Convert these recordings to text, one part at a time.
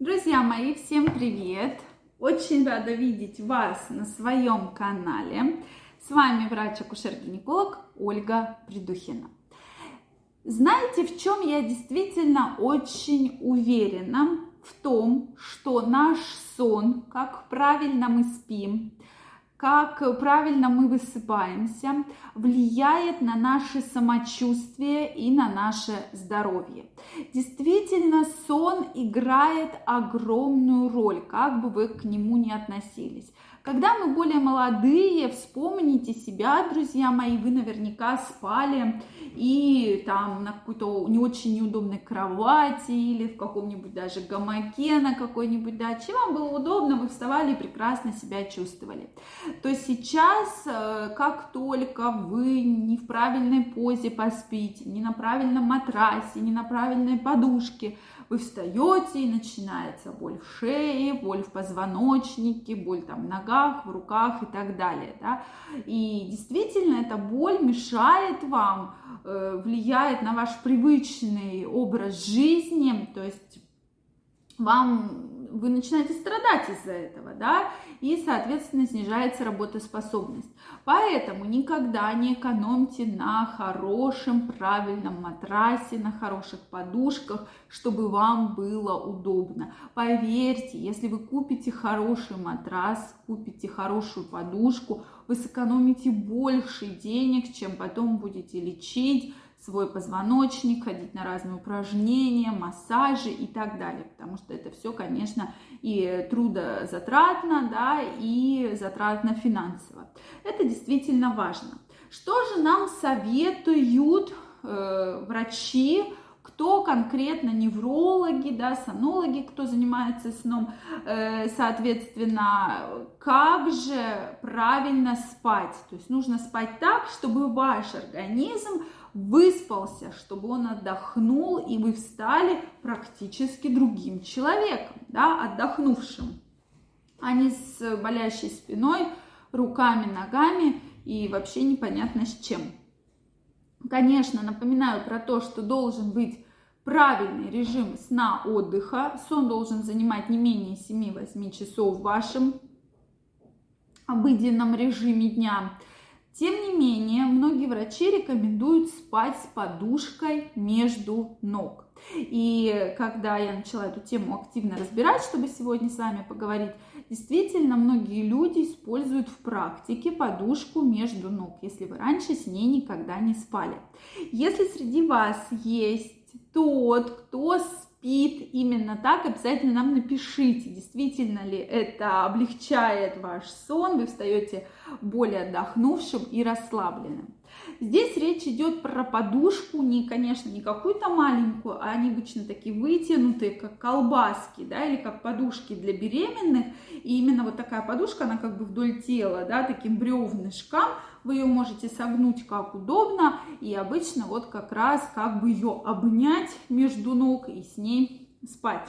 Друзья мои, всем привет! Очень рада видеть вас на своем канале. С вами врач-акушер-гинеколог Ольга Придухина. Знаете, в чем я действительно очень уверена? В том, что наш сон, как правильно мы спим, как правильно мы высыпаемся, влияет на наше самочувствие и на наше здоровье. Действительно, сон играет огромную роль, как бы вы к нему ни относились. Когда мы более молодые, вспомните себя, друзья мои, вы наверняка спали и там на какой-то не очень неудобной кровати или в каком-нибудь даже гамаке на какой-нибудь даче. Вам было удобно, вы вставали и прекрасно себя чувствовали. То сейчас, как только вы не в правильной позе поспите, не на правильном матрасе, не на правильной подушке, вы встаете и начинается боль в шее, боль в позвоночнике, боль там в ногах, в руках и так далее. Да? И действительно эта боль мешает вам, влияет на ваш привычный образ жизни, то есть вы начинаете страдать из-за этого, да, и, соответственно, снижается работоспособность. Поэтому никогда не экономьте на хорошем, правильном матрасе, на хороших подушках, чтобы вам было удобно. Поверьте, если вы купите хороший матрас, купите хорошую подушку, вы сэкономите больше денег, чем потом будете лечить свой позвоночник, ходить на разные упражнения, массажи и так далее, потому что это все, конечно, и трудозатратно, да, и затратно финансово. Это действительно важно. Что же нам советуют врачи, кто конкретно неврологи, да, сонологи, кто занимается сном, соответственно, как же правильно спать? То есть нужно спать так, чтобы ваш организм выспался, чтобы он отдохнул, и вы встали практически другим человеком, да, отдохнувшим, а не с болящей спиной, руками, ногами и вообще непонятно с чем. Конечно, напоминаю про то, что должен быть правильный режим сна-отдыха. Сон должен занимать не менее 7-8 часов в вашем обыденном режиме дня. Тем не менее, многие врачи рекомендуют спать с подушкой между ног. И когда я начала эту тему активно разбирать, чтобы сегодня с вами поговорить, действительно, многие люди используют в практике подушку между ног, если вы раньше с ней никогда не спали. Если среди вас есть тот, кто спит именно так, обязательно нам напишите, действительно ли это облегчает ваш сон, вы встаете более отдохнувшим и расслабленным. Здесь речь идет про подушку, конечно, не какую-то маленькую, а они обычно такие вытянутые, как колбаски, да, или как подушки для беременных. И именно вот такая подушка, она как бы вдоль тела, да, таким бревнышком. Вы ее можете согнуть как удобно, и обычно вот как раз как бы ее обнять между ног и с ней спать.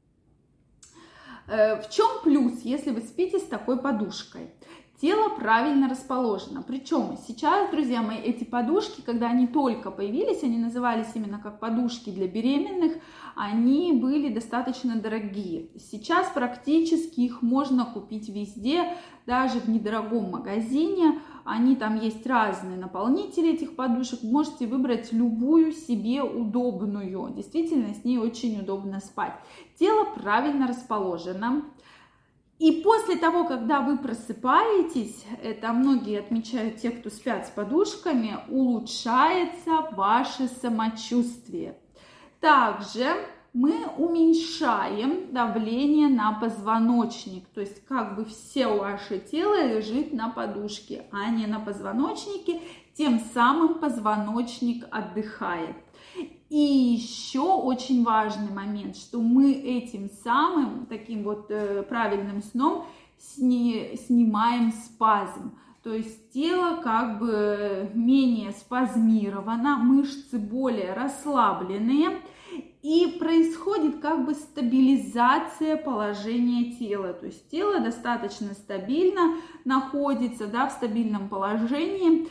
В чем плюс, если вы спите с такой подушкой? Тело правильно расположено. Причем сейчас, друзья мои, эти подушки, когда они только появились, они назывались именно как подушки для беременных, они были достаточно дорогие. Сейчас практически их можно купить везде, даже в недорогом магазине. Они там есть разные наполнители этих подушек. Можете выбрать любую себе удобную. Действительно, с ней очень удобно спать. Тело правильно расположено. И после того, когда вы просыпаетесь, это многие отмечают, те, кто спят с подушками, улучшается ваше самочувствие. Также мы уменьшаем давление на позвоночник, то есть как бы все ваше тело лежит на подушке, а не на позвоночнике, тем самым позвоночник отдыхает. И еще очень важный момент, что мы этим самым, таким вот правильным сном снимаем спазм. То есть тело как бы менее спазмировано, мышцы более расслабленные. И происходит как бы стабилизация положения тела. То есть тело достаточно стабильно находится, да, в стабильном положении.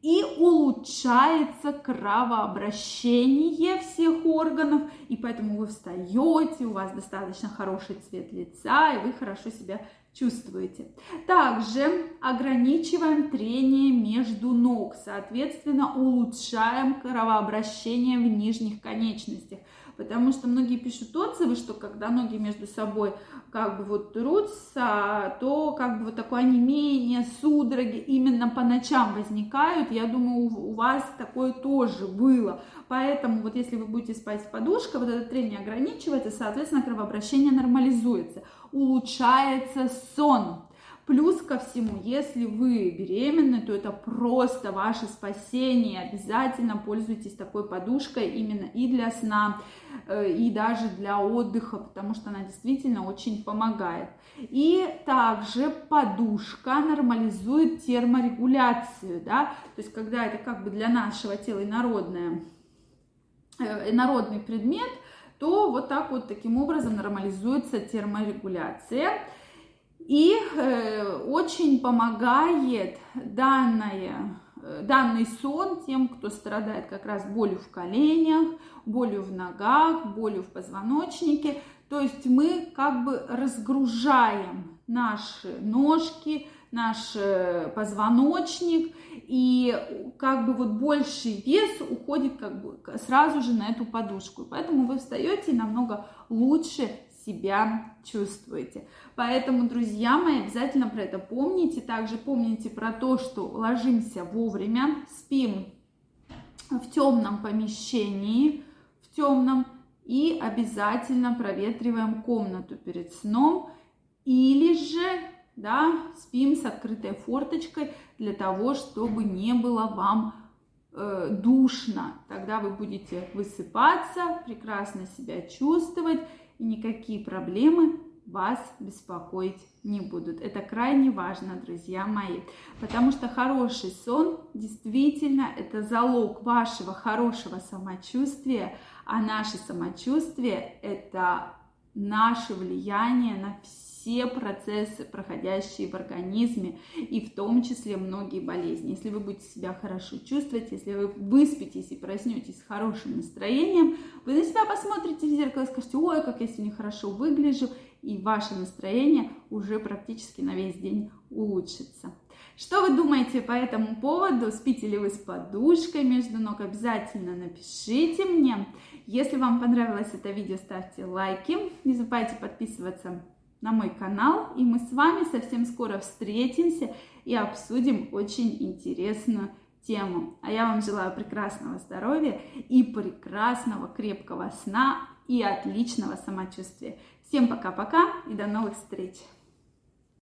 и улучшается кровообращение всех органов, и поэтому вы встаете, у вас достаточно хороший цвет лица, и вы хорошо себя чувствуете. Также ограничиваем трение между ног, соответственно, улучшаем кровообращение в нижних конечностях. Потому что многие пишут отзывы, что когда ноги между собой как бы вот трутся, то как бы вот такое онемение, судороги именно по ночам возникают. Я думаю, у вас такое тоже было. Поэтому вот если вы будете спать с подушкой, вот это трение ограничивается, соответственно, кровообращение нормализуется, улучшается сон. Плюс ко всему, если вы беременны, то это просто ваше спасение. Обязательно пользуйтесь такой подушкой именно и для сна, и даже для отдыха, потому что она действительно очень помогает. И также подушка нормализует терморегуляцию, да, то есть когда это как бы для нашего тела инородный предмет, то вот так вот таким образом нормализуется терморегуляция. И очень помогает данный сон тем, кто страдает как раз болью в коленях, болью в ногах, болью в позвоночнике. То есть мы как бы разгружаем наши ножки, наш позвоночник, и как бы вот больший вес уходит как бы сразу же на эту подушку. Поэтому вы встаете и намного лучше себя чувствуете. Поэтому, друзья мои, обязательно про это помните. Также помните про то, что ложимся вовремя, спим в темном помещении, в темном, и обязательно проветриваем комнату перед сном, или же, да, спим с открытой форточкой для того, чтобы не было вам душно. Тогда вы будете высыпаться, прекрасно себя чувствовать, и никакие проблемы вас беспокоить не будут. Это крайне важно, друзья мои, потому что хороший сон действительно это залог вашего хорошего самочувствия, а наше самочувствие это наше влияние на все процессы, проходящие в организме, и в том числе многие болезни. Если вы будете себя хорошо чувствовать, если вы выспитесь и проснетесь с хорошим настроением, вы на себя посмотрите в зеркало и скажете: ой, как я сегодня хорошо выгляжу, и ваше настроение уже практически на весь день улучшится. Что вы думаете по этому поводу? Спите ли вы с подушкой между ног? Обязательно напишите мне. Если вам понравилось это видео, ставьте лайки. Не забывайте подписываться на мой канал. И мы с вами совсем скоро встретимся и обсудим очень интересную тему. А я вам желаю прекрасного здоровья и прекрасного крепкого сна и отличного самочувствия. Всем пока-пока и до новых встреч!